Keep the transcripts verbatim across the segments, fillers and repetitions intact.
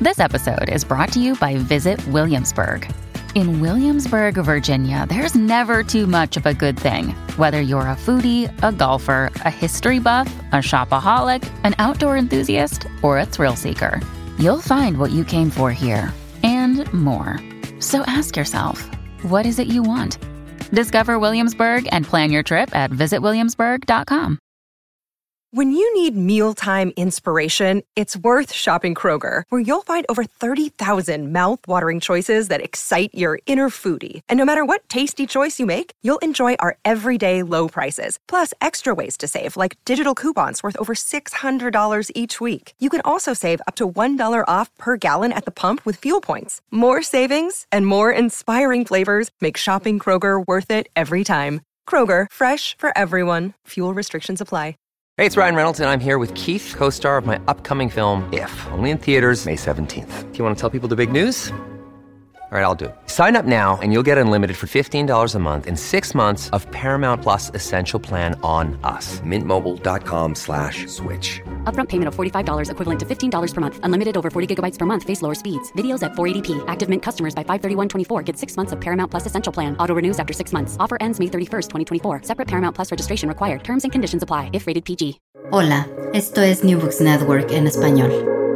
This episode is brought to you by Visit Williamsburg. In Williamsburg, Virginia, there's never too much of a good thing. Whether you're a foodie, a golfer, a history buff, a shopaholic, an outdoor enthusiast, or a thrill seeker, you'll find what you came for here and more. So ask yourself, what is it you want? Discover Williamsburg and plan your trip at visit williamsburg dot com. When you need mealtime inspiration, it's worth shopping Kroger, where you'll find over thirty thousand mouth-watering choices that excite your inner foodie. And no matter what tasty choice you make, you'll enjoy our everyday low prices, plus extra ways to save, like digital coupons worth over six hundred dollars each week. You can also save up to one dollar off per gallon at the pump with fuel points. More savings and more inspiring flavors make shopping Kroger worth it every time. Kroger, fresh for everyone. Fuel restrictions apply. Hey, it's Ryan Reynolds, and I'm here with Keith, co-star of my upcoming film, If, only in theaters May seventeenth. Do you want to tell people the big news? All right, I'll do it. Sign up now and you'll get unlimited for fifteen dollars a month and six months of Paramount Plus Essential Plan on us. Mint Mobile dot com slash switch. Upfront payment of forty-five dollars equivalent to fifteen dollars per month. Unlimited over forty gigabytes per month. Face lower speeds. Videos at four eighty p. Active Mint customers by five thirty-one twenty-four get six months of Paramount Plus Essential Plan. Auto renews after six months. Offer ends May thirty-first, twenty twenty-four. Separate Paramount Plus registration required. Terms and conditions apply if rated P G. Hola, esto es New Books Network en español.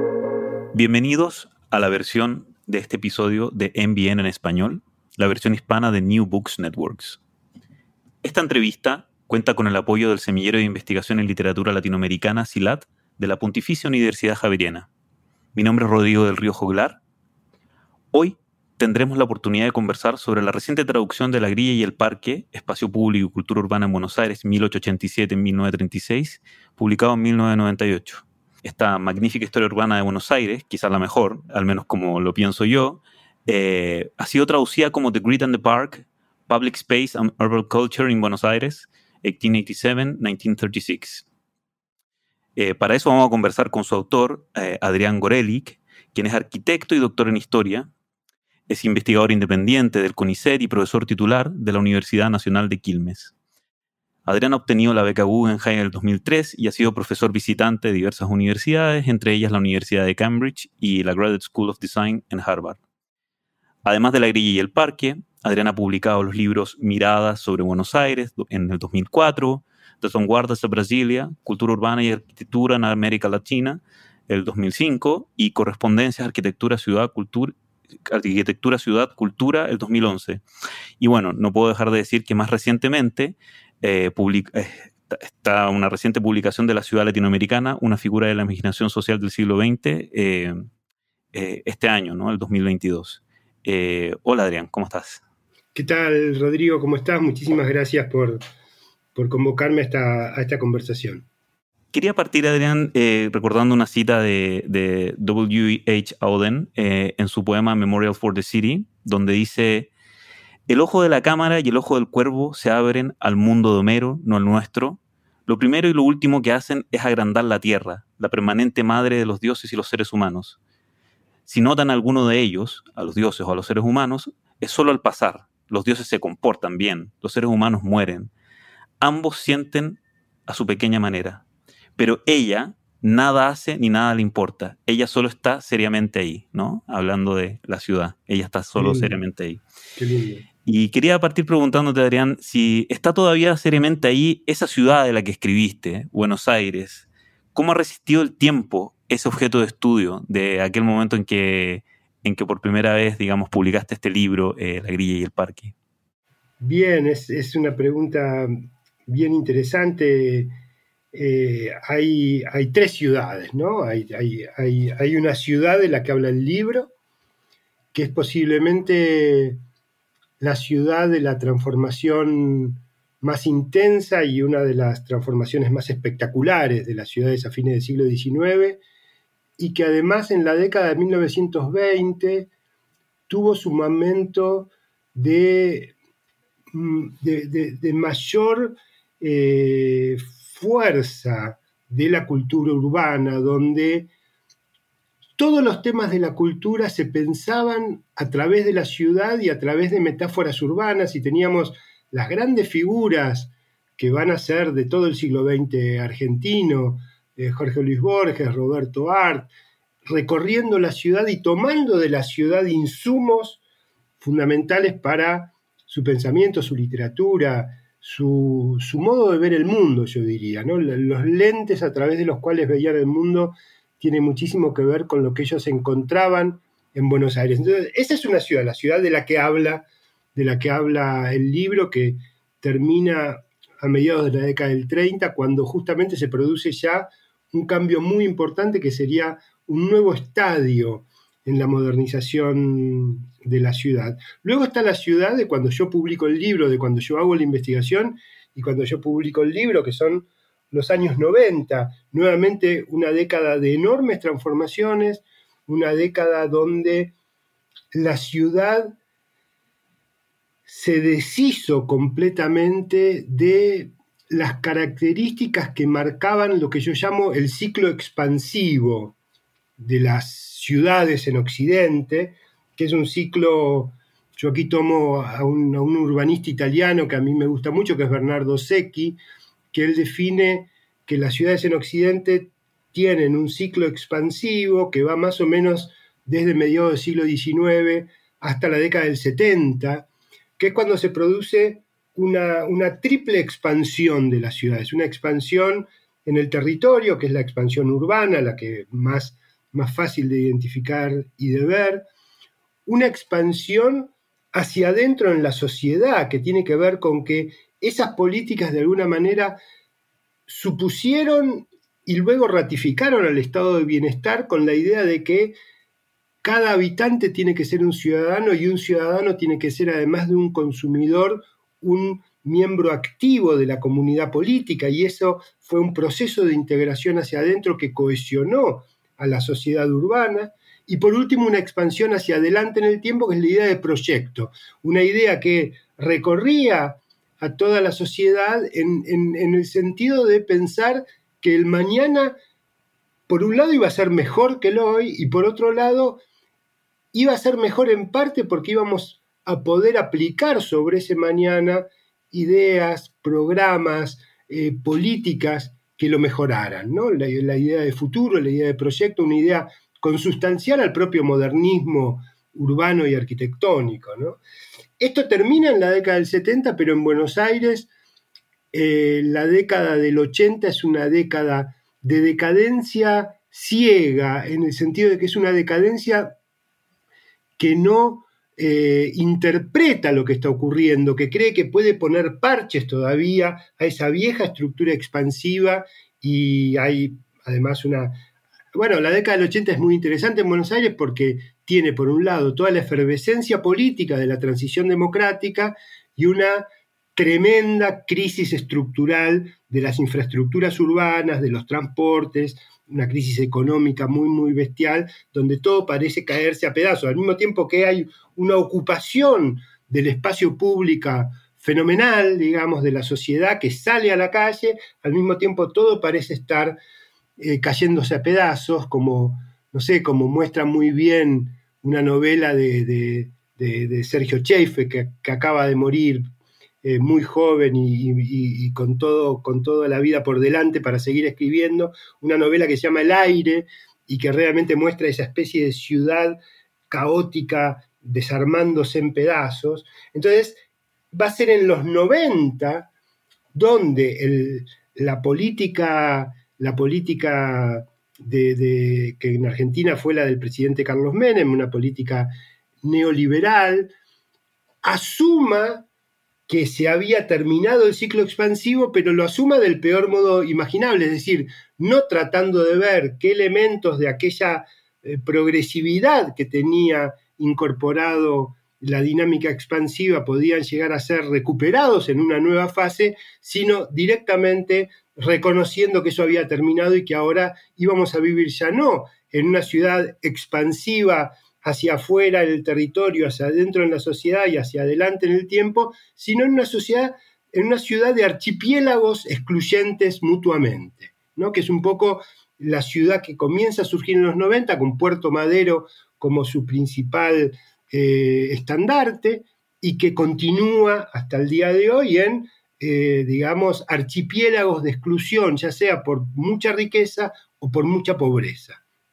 Bienvenidos a la versión de este episodio de N B N en español, la versión hispana de New Books Networks. Esta entrevista cuenta con el apoyo del Semillero de Investigación en Literatura Latinoamericana, SILAT, de la Pontificia Universidad Javeriana. Mi nombre es Rodrigo del Río Joglar. Hoy tendremos la oportunidad de conversar sobre la reciente traducción de La Grilla y el Parque, Espacio Público y Cultura Urbana en Buenos Aires, mil ochocientos ochenta y siete a mil novecientos treinta y seis, publicado en mil novecientos noventa y ocho. Esta magnífica historia urbana de Buenos Aires, quizás la mejor, al menos como lo pienso yo, eh, ha sido traducida como The Grid and the Park, Public Space and Urban Culture in Buenos Aires, eighteen eighty-seven to nineteen thirty-six. Eh, para eso vamos a conversar con su autor, eh, Adrián Gorelick, quien es arquitecto y doctor en historia, es investigador independiente del CONICET y profesor titular de la Universidad Nacional de Quilmes. Adrián ha obtenido la beca Guggenheim en el dos mil tres y ha sido profesor visitante de diversas universidades, entre ellas la Universidad de Cambridge y la Graduate School of Design en Harvard. Además de La Grilla y el Parque, Adrián ha publicado los libros Miradas sobre Buenos Aires en el dos mil cuatro, Das Vanguardas de Brasilia, Cultura Urbana y Arquitectura en América Latina, el dos mil cinco, y Correspondencias Arquitectura, Ciudad, Cultura, Arquitectura, Ciudad, Cultura, el dos mil once. Y bueno, no puedo dejar de decir que más recientemente eh, publica, eh, está una reciente publicación de La Ciudad Latinoamericana, una figura de la imaginación social del siglo veinte, eh, eh, este año, ¿no? El dos mil veintidós. Eh, hola Adrián, ¿cómo estás? ¿Qué tal, Rodrigo? ¿Cómo estás? Muchísimas gracias por, por convocarme a esta, a esta conversación. Quería partir, Adrián, eh, recordando una cita de, de W H Auden eh, en su poema Memorial for the City, donde dice: el ojo de la cámara y el ojo del cuervo se abren al mundo de Homero, no al nuestro. Lo primero y lo último que hacen es agrandar la tierra, la permanente madre de los dioses y los seres humanos. Si notan a alguno de ellos, a los dioses o a los seres humanos, es solo al pasar. Los dioses se comportan bien, los seres humanos mueren. Ambos sienten a su pequeña manera. Pero ella nada hace ni nada le importa. Ella solo está seriamente ahí, ¿no? Hablando de la ciudad. Ella está solo lindo. seriamente ahí. Qué lindo. Y quería partir preguntándote, Adrián, si está todavía seriamente ahí esa ciudad de la que escribiste, Buenos Aires. ¿Cómo ha resistido el tiempo ese objeto de estudio de aquel momento en que, en que por primera vez, digamos, publicaste este libro, eh, La Grilla y el Parque? Bien, es, es una pregunta bien interesante. Eh, hay, hay tres ciudades, ¿no? Hay, hay, hay, hay una ciudad de la que habla el libro, que es posiblemente la ciudad de la transformación más intensa y una de las transformaciones más espectaculares de las ciudades a fines del siglo diecinueve, y que además en la década de mil novecientos veinte tuvo su momento de, de, de, de mayor eh, fuerza de la cultura urbana, donde todos los temas de la cultura se pensaban a través de la ciudad y a través de metáforas urbanas, y teníamos las grandes figuras que van a ser de todo el siglo veinte argentino, eh, Jorge Luis Borges, Roberto Art, recorriendo la ciudad y tomando de la ciudad insumos fundamentales para su pensamiento, su literatura, su, su modo de ver el mundo, yo diría, ¿no? Los lentes a través de los cuales veían el mundo tienen muchísimo que ver con lo que ellos encontraban en Buenos Aires. Entonces, esa es una ciudad, la ciudad de la que habla, de la que habla el libro, que termina a mediados de la década del treinta, cuando justamente se produce ya un cambio muy importante que sería un nuevo estadio en la modernización de la ciudad. Luego está la ciudad de cuando yo publico el libro, de cuando yo hago la investigación y cuando yo publico el libro, que son los años noventa, nuevamente una década de enormes transformaciones, una década donde la ciudad se deshizo completamente de las características que marcaban lo que yo llamo el ciclo expansivo de las ciudades en Occidente, que es un ciclo, yo aquí tomo a un, a un urbanista italiano que a mí me gusta mucho, que es Bernardo Secchi, que él define que las ciudades en Occidente tienen un ciclo expansivo que va más o menos desde mediados del siglo diecinueve hasta la década del setenta, que es cuando se produce una, una triple expansión de las ciudades, una expansión en el territorio, que es la expansión urbana, la que más, más fácil de identificar y de ver, una expansión hacia adentro en la sociedad, que tiene que ver con que esas políticas de alguna manera supusieron y luego ratificaron al estado de bienestar con la idea de que cada habitante tiene que ser un ciudadano y un ciudadano tiene que ser, además de un consumidor, un miembro activo de la comunidad política, y eso fue un proceso de integración hacia adentro que cohesionó a la sociedad urbana. Y por último, una expansión hacia adelante en el tiempo, que es la idea de proyecto, una idea que recorría a toda la sociedad en, en, en el sentido de pensar que el mañana, por un lado, iba a ser mejor que el hoy, y por otro lado, iba a ser mejor en parte porque íbamos a poder aplicar sobre ese mañana ideas, programas, eh, políticas que lo mejoraran, ¿no? La, la idea de futuro, la idea de proyecto, una idea consustancial al propio modernismo urbano y arquitectónico, ¿no? Esto termina en la década del setenta, pero en Buenos Aires eh, la década del ochenta es una década de decadencia ciega, en el sentido de que es una decadencia que no eh, interpreta lo que está ocurriendo, que cree que puede poner parches todavía a esa vieja estructura expansiva, y hay además una... Bueno, la década del ochenta es muy interesante en Buenos Aires porque tiene, por un lado, toda la efervescencia política de la transición democrática y una tremenda crisis estructural de las infraestructuras urbanas, de los transportes, una crisis económica muy, muy bestial, donde todo parece caerse a pedazos, al mismo tiempo que hay una ocupación del espacio público fenomenal, digamos, de la sociedad que sale a la calle, al mismo tiempo todo parece estar eh, cayéndose a pedazos, como, no sé, como muestra muy bien una novela de, de, de, de Sergio Cheife, que, que acaba de morir Eh, muy joven y, y, y con, todo, con toda la vida por delante para seguir escribiendo, una novela que se llama El aire y que realmente muestra esa especie de ciudad caótica desarmándose en pedazos. Entonces va a ser en los noventa donde el, la política, la política de, de, que en Argentina fue la del presidente Carlos Menem, una política neoliberal, asuma que se había terminado el ciclo expansivo, pero lo asuma del peor modo imaginable, es decir, no tratando de ver qué elementos de aquella eh, progresividad que tenía incorporado la dinámica expansiva podían llegar a ser recuperados en una nueva fase, sino directamente reconociendo que eso había terminado y que ahora íbamos a vivir ya no en una ciudad expansiva hacia afuera en el territorio, hacia adentro en la sociedad y hacia adelante en el tiempo, sino en una sociedad, en una ciudad de archipiélagos excluyentes mutuamente, ¿no? Que es un poco la ciudad que comienza a surgir en los noventa, con Puerto Madero como su principal eh, estandarte, y que continúa hasta el día de hoy en, eh, digamos, archipiélagos de exclusión, ya sea por mucha riqueza o por mucha pobreza.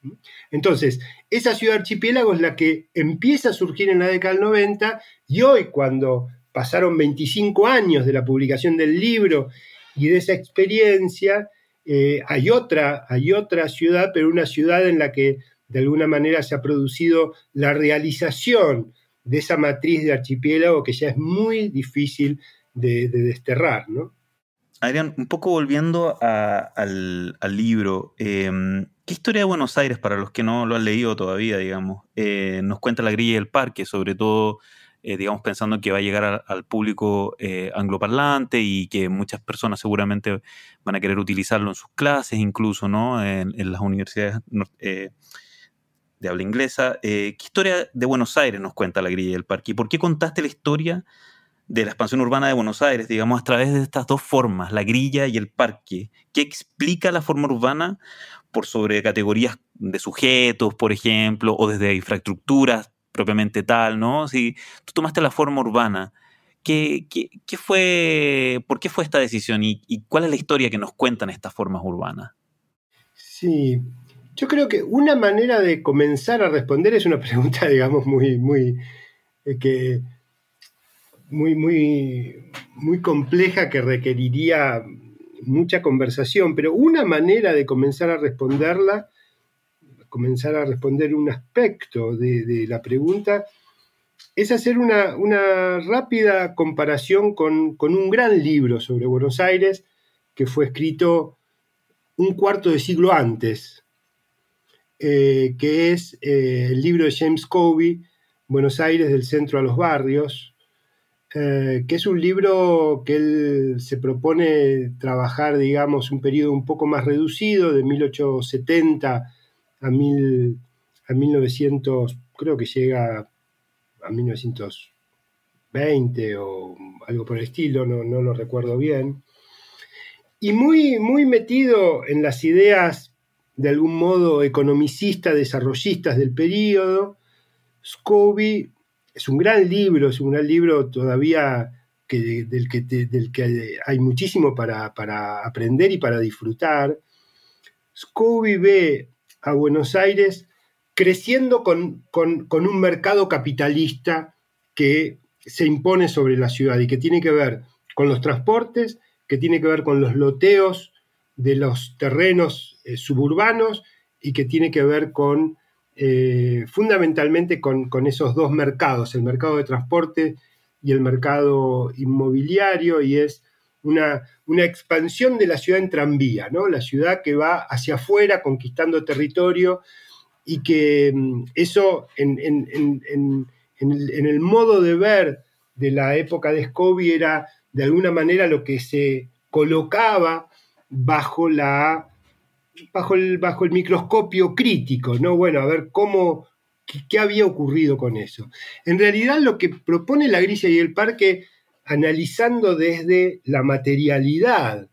Entonces, esa ciudad archipiélago es la que empieza a surgir en la década del noventa, y hoy, cuando pasaron veinticinco años de la publicación del libro y de esa experiencia, eh, hay, otra, hay otra ciudad, pero una ciudad en la que de alguna manera se ha producido la realización de esa matriz de archipiélago que ya es muy difícil de, de desterrar, ¿no? Adrián, un poco volviendo a, al, al libro, eh, ¿qué historia de Buenos Aires, para los que no lo han leído todavía, digamos, eh, nos cuenta La grilla y el parque, sobre todo, eh, digamos, pensando que va a llegar a, al público eh, angloparlante y que muchas personas seguramente van a querer utilizarlo en sus clases, incluso, ¿no? En, en las universidades eh, de habla inglesa. Eh, ¿Qué historia de Buenos Aires nos cuenta La grilla y el parque? ¿Y por qué contaste la historia de la expansión urbana de Buenos Aires, digamos, a través de estas dos formas, la grilla y el parque? ¿Qué explica la forma urbana por sobre categorías de sujetos, por ejemplo, o desde infraestructuras propiamente tal, ¿no? Si tú tomaste la forma urbana, ¿qué, qué, qué fue, por qué fue esta decisión y, y cuál es la historia que nos cuentan estas formas urbanas? Sí, yo creo que una manera de comenzar a responder es una pregunta, digamos, muy, muy, eh, que... Muy, muy, muy compleja, que requeriría mucha conversación, pero una manera de comenzar a responderla, comenzar a responder un aspecto de, de la pregunta, es hacer una, una rápida comparación con, con un gran libro sobre Buenos Aires que fue escrito un cuarto de siglo antes, eh, que es eh, el libro de James Covey, Buenos Aires del centro a los barrios, Eh, que es un libro que él se propone trabajar, digamos, un periodo un poco más reducido, de mil ochocientos setenta a, mil, a mil novecientos, creo que llega a mil novecientos veinte o algo por el estilo, no, no lo recuerdo bien. Y muy, muy metido en las ideas, de algún modo, economicistas, desarrollistas del periodo. Covey es un gran libro, es un gran libro todavía que, del, que te, del que hay muchísimo para, para aprender y para disfrutar. Covey ve a Buenos Aires creciendo con, con, con un mercado capitalista que se impone sobre la ciudad y que tiene que ver con los transportes, que tiene que ver con los loteos de los terrenos eh, suburbanos y que tiene que ver con Eh, fundamentalmente con, con esos dos mercados, el mercado de transporte y el mercado inmobiliario, y es una, una expansión de la ciudad en tranvía, ¿no? La ciudad que va hacia afuera conquistando territorio, y que eso en, en, en, en, en, el, en el modo de ver de la época de Covey era de alguna manera lo que se colocaba bajo la Bajo el, bajo el microscopio crítico, ¿no? Bueno, a ver cómo, qué, qué había ocurrido con eso. En realidad, lo que propone La grilla y el parque, analizando desde la materialidad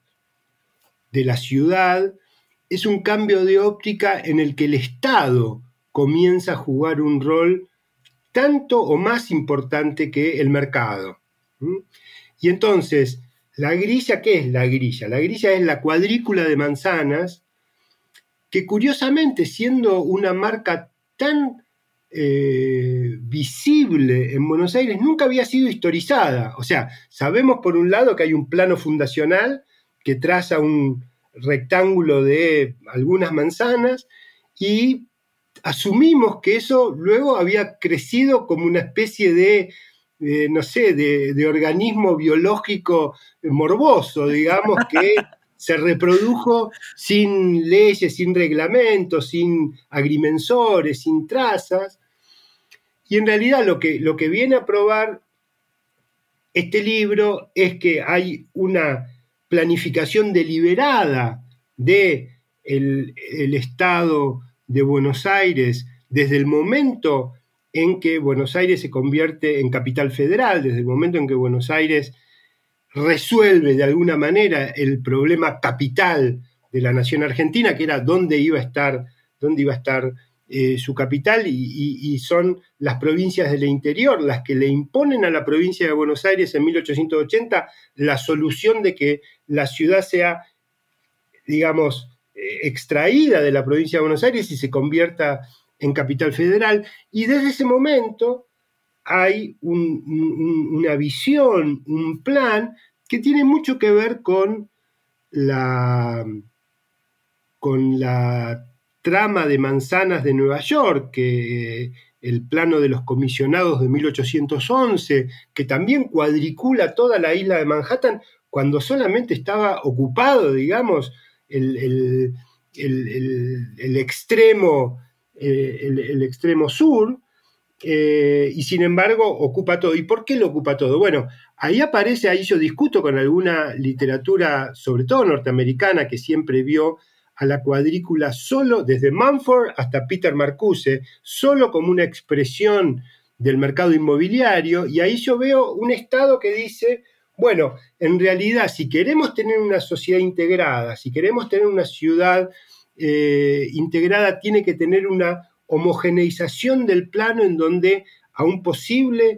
de la ciudad, es un cambio de óptica en el que el Estado comienza a jugar un rol tanto o más importante que el mercado. ¿Mm? Y entonces, la grilla, ¿qué es la grilla? La grilla es la cuadrícula de manzanas que, curiosamente, siendo una marca tan eh, visible en Buenos Aires, nunca había sido historizada. O sea, sabemos por un lado que hay un plano fundacional que traza un rectángulo de algunas manzanas, y asumimos que eso luego había crecido como una especie de, eh, no sé, de, de organismo biológico morboso, digamos, que se reprodujo sin leyes, sin reglamentos, sin agrimensores, sin trazas. Y en realidad lo que, lo que viene a probar este libro es que hay una planificación deliberada del de el Estado de Buenos Aires desde el momento en que Buenos Aires se convierte en capital federal, desde el momento en que Buenos Aires resuelve de alguna manera el problema capital de la nación argentina, que era dónde iba a estar, dónde iba a estar eh, su capital, y, y, y son las provincias del interior las que le imponen a la provincia de Buenos Aires en mil ochocientos ochenta la solución de que la ciudad sea, digamos, eh, extraída de la provincia de Buenos Aires y se convierta en capital federal. Y desde ese momento hay un, un, una visión, un plan que tiene mucho que ver con la, con la trama de manzanas de Nueva York, que el plano de los comisionados de mil ochocientos once, que también cuadricula toda la isla de Manhattan, cuando solamente estaba ocupado, digamos, el, el, el, el, el extremo, eh, el, el extremo sur, eh, y sin embargo ocupa todo. ¿Y por qué lo ocupa todo? Bueno, ahí aparece, ahí yo discuto con alguna literatura, sobre todo norteamericana, que siempre vio a la cuadrícula solo, desde Mumford hasta Peter Marcuse, solo como una expresión del mercado inmobiliario, y ahí yo veo un Estado que dice, bueno, en realidad, si queremos tener una sociedad integrada, si queremos tener una ciudad eh, integrada, tiene que tener una homogeneización del plano en donde a un posible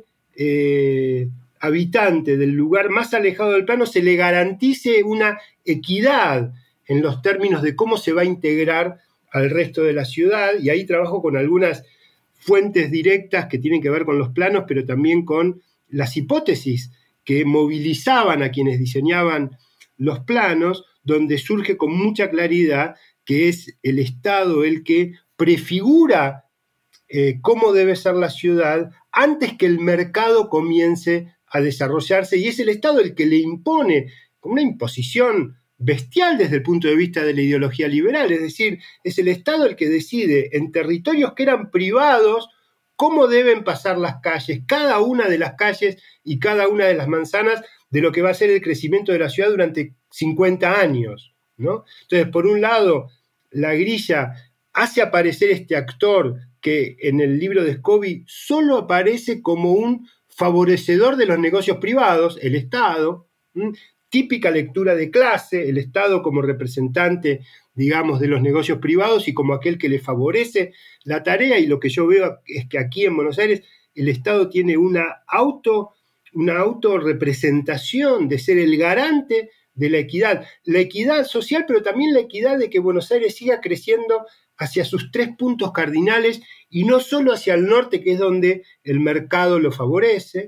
eh, habitante del lugar más alejado del plano se le garantice una equidad en los términos de cómo se va a integrar al resto de la ciudad, y ahí trabajo con algunas fuentes directas que tienen que ver con los planos, pero también con las hipótesis que movilizaban a quienes diseñaban los planos, donde surge con mucha claridad que es el Estado el que prefigura eh, cómo debe ser la ciudad antes que el mercado comience a desarrollarse, y es el Estado el que le impone, con una imposición bestial desde el punto de vista de la ideología liberal, es decir, es el Estado el que decide en territorios que eran privados cómo deben pasar las calles, cada una de las calles y cada una de las manzanas de lo que va a ser el crecimiento de la ciudad durante cincuenta años, ¿no? Entonces, por un lado, la grilla hace aparecer este actor que en el libro de Scobie solo aparece como un favorecedor de los negocios privados, el Estado, ¿m? Típica lectura de clase, el Estado como representante, digamos, de los negocios privados y como aquel que le favorece la tarea, y lo que yo veo es que aquí en Buenos Aires el Estado tiene una auto, una autorrepresentación de ser el garante de la equidad, la equidad social, pero también la equidad de que Buenos Aires siga creciendo hacia sus tres puntos cardinales y no solo hacia el norte, que es donde el mercado lo favorece.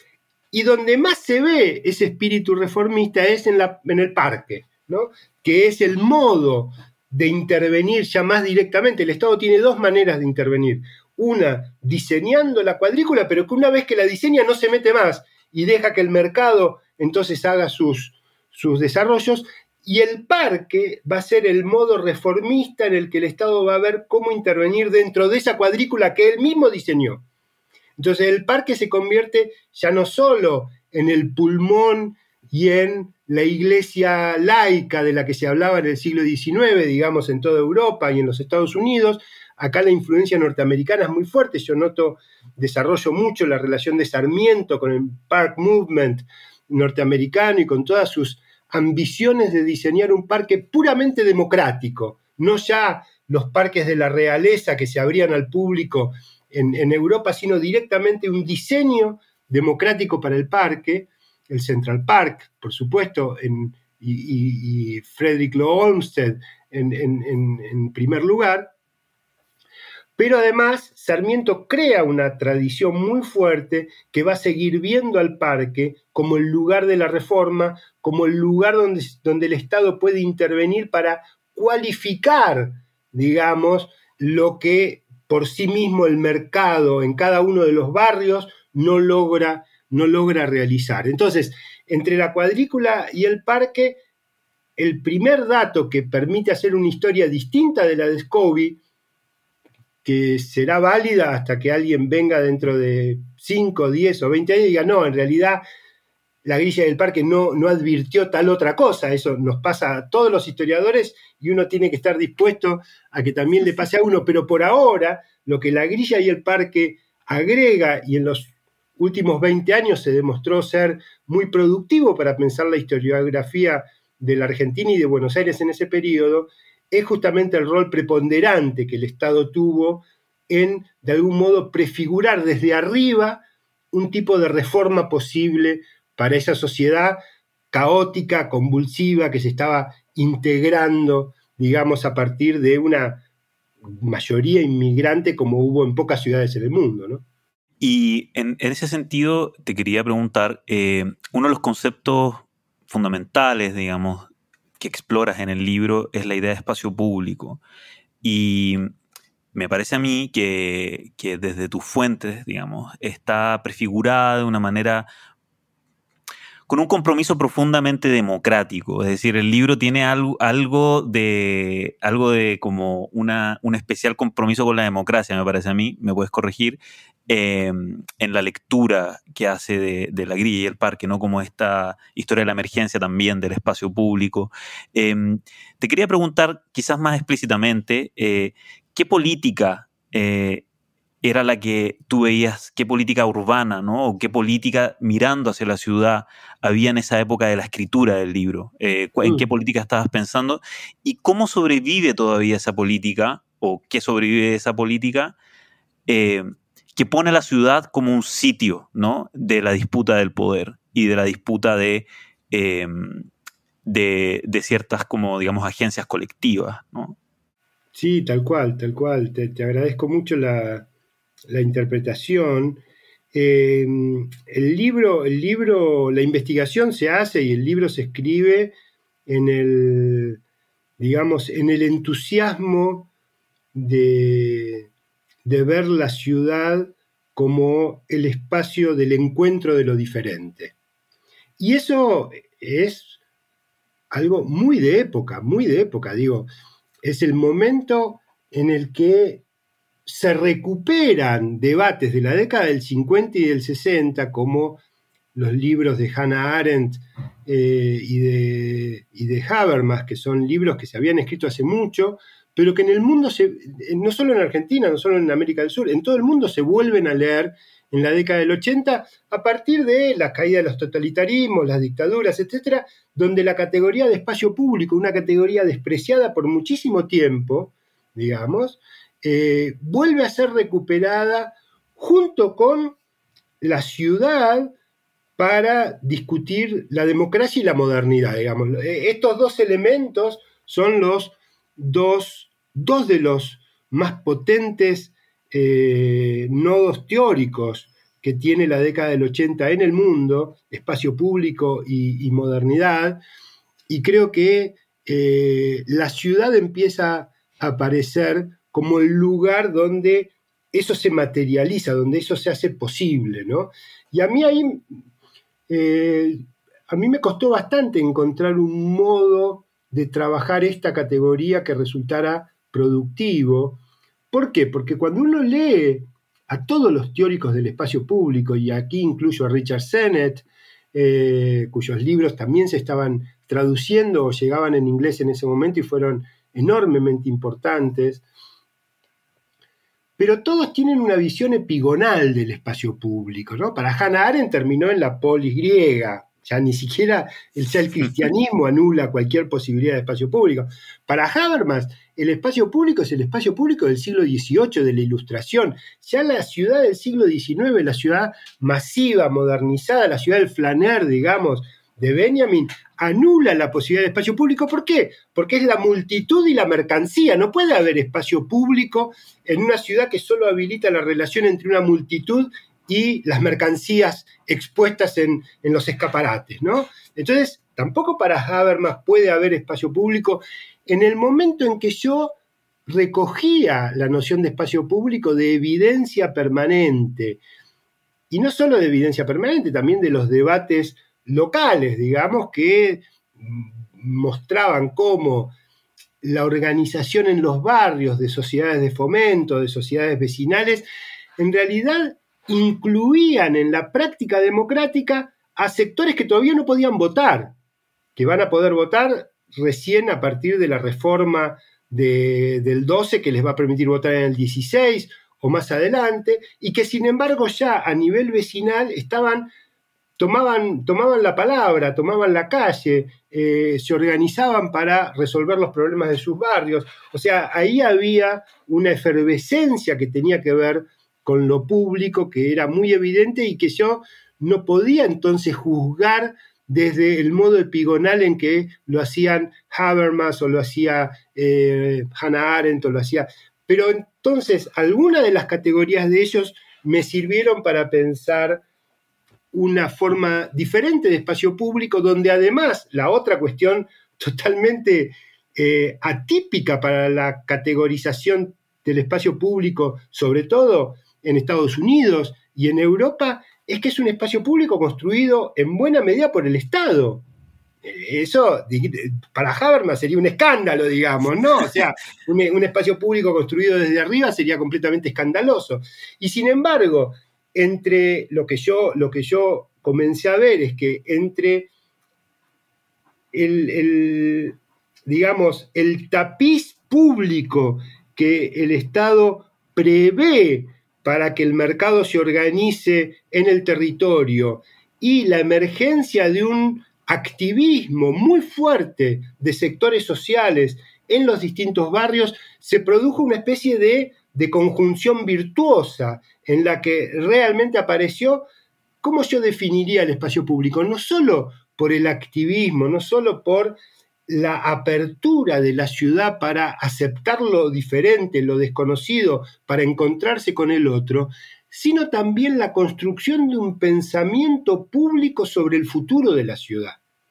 Y donde más se ve ese espíritu reformista es en, la, en el parque, ¿no? Que es el modo de intervenir ya más directamente. El Estado tiene dos maneras de intervenir. Una, diseñando la cuadrícula, pero que una vez que la diseña no se mete más y deja que el mercado entonces haga sus, sus desarrollos. Y el parque va a ser el modo reformista en el que el Estado va a ver cómo intervenir dentro de esa cuadrícula que él mismo diseñó. Entonces el parque se convierte ya no solo en el pulmón y en la iglesia laica de la que se hablaba en el siglo diecinueve, digamos, en toda Europa y en los Estados Unidos. Acá la influencia norteamericana es muy fuerte. Yo noto, desarrollo mucho la relación de Sarmiento con el Park Movement norteamericano y con todas sus ambiciones de diseñar un parque puramente democrático, no ya los parques de la realeza que se abrían al público En, en Europa, sino directamente un diseño democrático para el parque, el Central Park, por supuesto, en, y, y, y Frederick Law Olmsted en, en, en, en primer lugar. Pero además, Sarmiento crea una tradición muy fuerte que va a seguir viendo al parque como el lugar de la reforma, como el lugar donde, donde el Estado puede intervenir para cualificar, digamos, lo que por sí mismo el mercado en cada uno de los barrios no logra, no logra realizar. Entonces, entre la cuadrícula y el parque, el primer dato que permite hacer una historia distinta de la de Scobie, que será válida hasta que alguien venga dentro de cinco, diez o veinte años y diga, no, en realidad la grilla del parque no, no advirtió tal otra cosa. Eso nos pasa a todos los historiadores y uno tiene que estar dispuesto a que también le pase a uno. Pero por ahora, lo que la grilla y el parque agrega, y en los últimos veinte años se demostró ser muy productivo para pensar la historiografía de la Argentina y de Buenos Aires en ese periodo, es justamente el rol preponderante que el Estado tuvo en, de algún modo, prefigurar desde arriba un tipo de reforma posible para esa sociedad caótica, convulsiva, que se estaba integrando digamos, a partir de una mayoría inmigrante como hubo en pocas ciudades en el mundo, ¿no? Y en, en ese sentido te quería preguntar, eh, uno de los conceptos fundamentales, digamos, que exploras en el libro es la idea de espacio público. Y me parece a mí que, que desde tus fuentes, digamos, está prefigurada de una manera con un compromiso profundamente democrático. Es decir, el libro tiene algo, algo de algo de como una, un especial compromiso con la democracia, me parece a mí, me puedes corregir, eh, en la lectura que hace de, de La grilla y el parque, ¿no? Como esta historia de la emergencia también del espacio público. Eh, te quería preguntar, quizás más explícitamente, eh, ¿qué política eh, era la que tú veías, qué política urbana, ¿no? O qué política mirando hacia la ciudad había en esa época de la escritura del libro? Eh, ¿En qué política estabas pensando? ¿Y cómo sobrevive todavía esa política, o qué sobrevive de esa política, eh, que pone a la ciudad como un sitio, ¿no? De la disputa del poder y de la disputa de, eh, de, de ciertas, como, digamos, agencias colectivas, ¿no? Sí, tal cual, tal cual. Te, te agradezco mucho la... la interpretación. Eh, el libro, el libro, la investigación se hace y el libro se escribe en el, digamos, en el entusiasmo de, de ver la ciudad como el espacio del encuentro de lo diferente. Y eso es algo muy de época, muy de época, digo, es el momento en el que se recuperan debates de la década del cincuenta y del sesenta, como los libros de Hannah Arendt eh, y, de, y de Habermas, que son libros que se habían escrito hace mucho, pero que en el mundo, se, no solo en Argentina, no solo en América del Sur, en todo el mundo se vuelven a leer en la década del ochenta, a partir de la caída de los totalitarismos, las dictaduras, etcétera, donde la categoría de espacio público, una categoría despreciada por muchísimo tiempo, digamos, Eh, vuelve a ser recuperada junto con la ciudad para discutir la democracia y la modernidad, digamos. Estos dos elementos son los dos, dos de los más potentes eh, nodos teóricos que tiene la década del ochenta en el mundo, espacio público y, y modernidad, y creo que eh, la ciudad empieza a aparecer como el lugar donde eso se materializa, donde eso se hace posible, ¿no? Y a mí ahí, eh, a mí me costó bastante encontrar un modo de trabajar esta categoría que resultara productivo. ¿Por qué? Porque cuando uno lee a todos los teóricos del espacio público, y aquí incluyo a Richard Sennett, eh, cuyos libros también se estaban traduciendo o llegaban en inglés en ese momento y fueron enormemente importantes, pero todos tienen una visión epigonal del espacio público, ¿no? Para Hannah Arendt terminó en la polis griega, ya ni siquiera el, ya el cristianismo anula cualquier posibilidad de espacio público. Para Habermas, el espacio público es el espacio público del siglo dieciocho, de la Ilustración. Ya la ciudad del siglo diecinueve, la ciudad masiva, modernizada, la ciudad del flaner, digamos, de Benjamin, anula la posibilidad de espacio público. ¿Por qué? Porque es la multitud y la mercancía. No puede haber espacio público en una ciudad que solo habilita la relación entre una multitud y las mercancías expuestas en, en los escaparates, ¿no? Entonces, tampoco para Habermas puede haber espacio público. En el momento en que yo recogía la noción de espacio público de evidencia permanente, y no solo de evidencia permanente, también de los debates locales, digamos, que mostraban cómo la organización en los barrios de sociedades de fomento, de sociedades vecinales, en realidad incluían en la práctica democrática a sectores que todavía no podían votar, que van a poder votar recién a partir de la reforma de, del doce, que les va a permitir votar en el dieciséis o más adelante, y que sin embargo ya a nivel vecinal estaban Tomaban, tomaban la palabra, tomaban la calle, eh, se organizaban para resolver los problemas de sus barrios. O sea, ahí había una efervescencia que tenía que ver con lo público, que era muy evidente y que yo no podía entonces juzgar desde el modo epigonal en que lo hacían Habermas o lo hacía eh, Hannah Arendt o lo hacía... Pero entonces, algunas de las categorías de ellos me sirvieron para pensar una forma diferente de espacio público, donde además la otra cuestión totalmente eh, atípica para la categorización del espacio público, sobre todo en Estados Unidos y en Europa, es que es un espacio público construido en buena medida por el Estado. Eso para Habermas sería un escándalo, digamos, ¿no? O sea, un, un espacio público construido desde arriba sería completamente escandaloso. Y sin embargo, entre lo que yo, lo que yo comencé a ver es que entre el, el, digamos, el tapiz público que el Estado prevé para que el mercado se organice en el territorio y la emergencia de un activismo muy fuerte de sectores sociales en los distintos barrios, se produjo una especie de, de conjunción virtuosa en la que realmente apareció, ¿cómo yo definiría el espacio público? No solo por el activismo, no solo por la apertura de la ciudad para aceptar lo diferente, lo desconocido, para encontrarse con el otro, sino también la construcción de un pensamiento público sobre el futuro de la ciudad.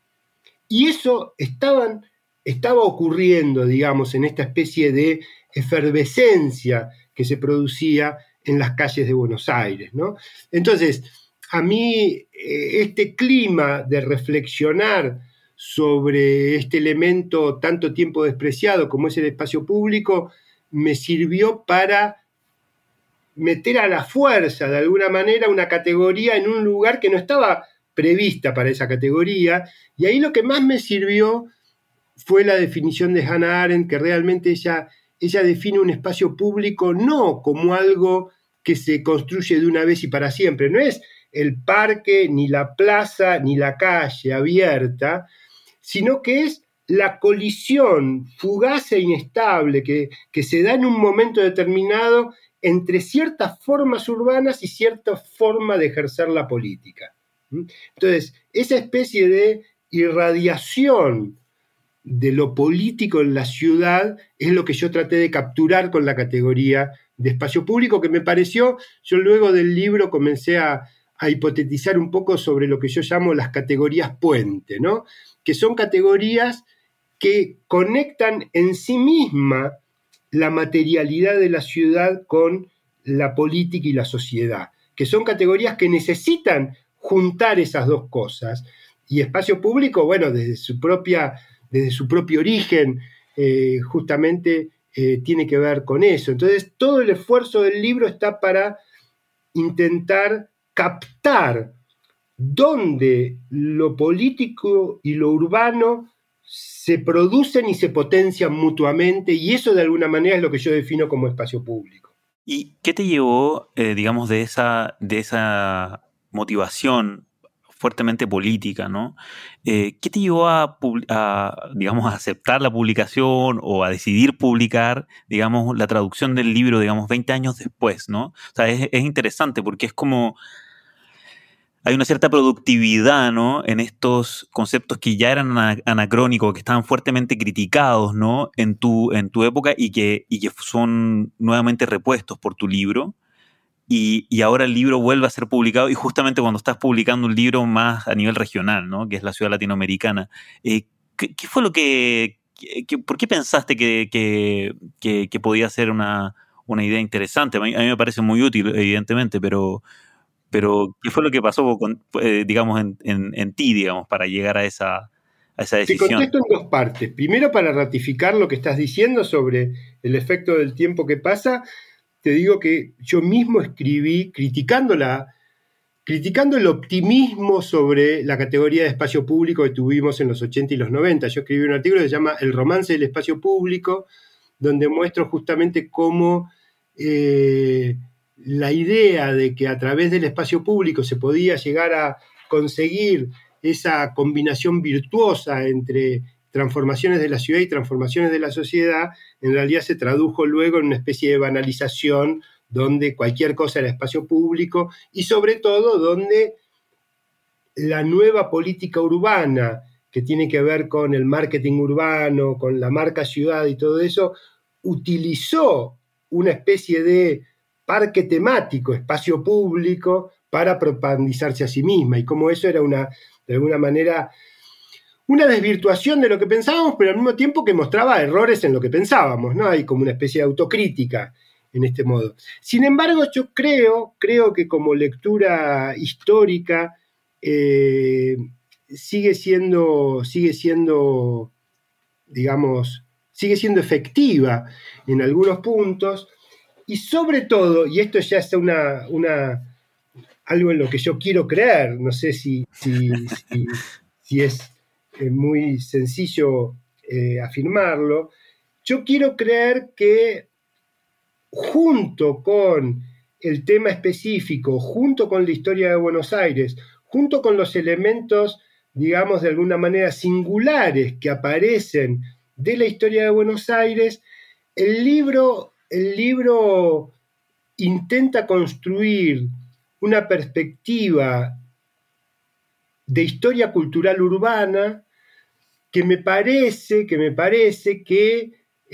Y eso estaban, estaba ocurriendo, digamos, en esta especie de efervescencia que se producía en las calles de Buenos Aires, ¿no? Entonces, a mí este clima de reflexionar sobre este elemento tanto tiempo despreciado como es el espacio público me sirvió para meter a la fuerza, de alguna manera, una categoría en un lugar que no estaba prevista para esa categoría, y ahí lo que más me sirvió fue la definición de Hannah Arendt, que realmente ella, ella define un espacio público no como algo que se construye de una vez y para siempre, no es el parque, ni la plaza, ni la calle abierta, sino que es la colisión fugaz e inestable que, que se da en un momento determinado entre ciertas formas urbanas y cierta forma de ejercer la política. Entonces, esa especie de irradiación de lo político en la ciudad es lo que yo traté de capturar con la categoría de espacio público, que me pareció, yo luego del libro comencé a, a hipotetizar un poco sobre lo que yo llamo las categorías puente, ¿no? Que son categorías que conectan en sí misma la materialidad de la ciudad con la política y la sociedad, que son categorías que necesitan juntar esas dos cosas. Y espacio público, bueno, desde su propia, desde su propio origen, eh, justamente eh, tiene que ver con eso. Entonces, todo el esfuerzo del libro está para intentar captar dónde lo político y lo urbano se producen y se potencian mutuamente, y eso de alguna manera es lo que yo defino como espacio público. ¿Y qué te llevó, eh, digamos, de esa, de esa motivación fuertemente política, ¿no? Eh, ¿Qué te llevó a, a, digamos, a aceptar la publicación o a decidir publicar, digamos, la traducción del libro, digamos, veinte años después, ¿no? O sea, es, es interesante porque es como... Hay una cierta productividad, ¿no?, en estos conceptos que ya eran anacrónicos, que estaban fuertemente criticados, ¿no?, en tu, en tu época y que, y que son nuevamente repuestos por tu libro. Y, y ahora el libro vuelve a ser publicado y justamente cuando estás publicando un libro más a nivel regional, ¿no?, que es la ciudad latinoamericana. Eh, ¿qué, ¿Qué fue lo que, que... ¿Por qué pensaste que, que, que, que podía ser una, una idea interesante? A mí, a mí me parece muy útil, evidentemente, pero... Pero, ¿qué fue lo que pasó, con, eh, digamos, en, en, en ti, digamos, para llegar a esa, a esa decisión? Te contesto en dos partes. Primero, para ratificar lo que estás diciendo sobre el efecto del tiempo que pasa, te digo que yo mismo escribí criticando, la, criticando el optimismo sobre la categoría de espacio público que tuvimos en los ochenta y los noventa. Yo escribí un artículo que se llama El romance del espacio público, donde muestro justamente cómo... Eh, la idea de que a través del espacio público se podía llegar a conseguir esa combinación virtuosa entre transformaciones de la ciudad y transformaciones de la sociedad, en realidad se tradujo luego en una especie de banalización donde cualquier cosa era espacio público y sobre todo donde la nueva política urbana, que tiene que ver con el marketing urbano, con la marca ciudad y todo eso, utilizó una especie de parque temático, espacio público, para propagandizarse a sí misma, y como eso era una, de alguna manera, una desvirtuación de lo que pensábamos, pero al mismo tiempo que mostraba errores en lo que pensábamos, ¿no? Hay como una especie de autocrítica en este modo. Sin embargo, yo creo, creo que como lectura histórica eh, sigue siendo, sigue siendo, digamos, sigue siendo efectiva en algunos puntos, y sobre todo, y esto ya es una, una, algo en lo que yo quiero creer, no sé si, si, si, si es eh, muy sencillo eh, afirmarlo, yo quiero creer que junto con el tema específico, junto con la historia de Buenos Aires, junto con los elementos, digamos, de alguna manera singulares que aparecen de la historia de Buenos Aires, el libro, el libro intenta construir una perspectiva de historia cultural urbana que me parece que, me parece que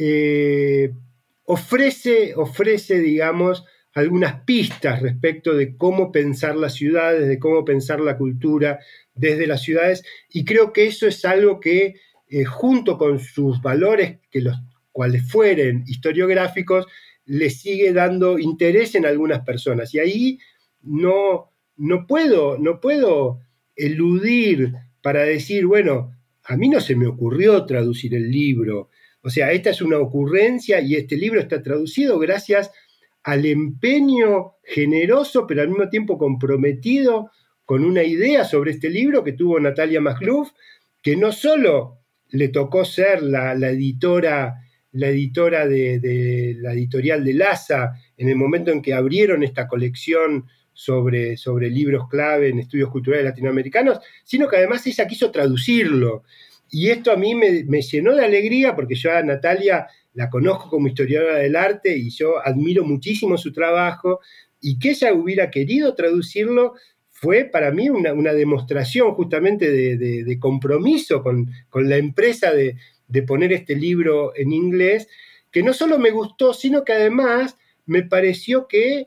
eh, ofrece, ofrece, digamos, algunas pistas respecto de cómo pensar las ciudades, de cómo pensar la cultura desde las ciudades, y creo que eso es algo que, eh, junto con sus valores, que los cuales fueren historiográficos, le sigue dando interés en algunas personas. Y ahí no, no puedo, no puedo eludir para decir, bueno, a mí no se me ocurrió traducir el libro. O sea, esta es una ocurrencia y este libro está traducido gracias al empeño generoso, pero al mismo tiempo comprometido con una idea sobre este libro que tuvo Natalia Magluf, que no solo le tocó ser la, la editora, la editora de, de la editorial de Laza en el momento en que abrieron esta colección sobre, sobre libros clave en estudios culturales latinoamericanos, sino que además ella quiso traducirlo. Y esto a mí me, me llenó de alegría, porque yo a Natalia la conozco como historiadora del arte y yo admiro muchísimo su trabajo, y que ella hubiera querido traducirlo fue para mí una, una demostración justamente de, de, de compromiso con, con la empresa de, de poner este libro en inglés, que no solo me gustó, sino que además me pareció que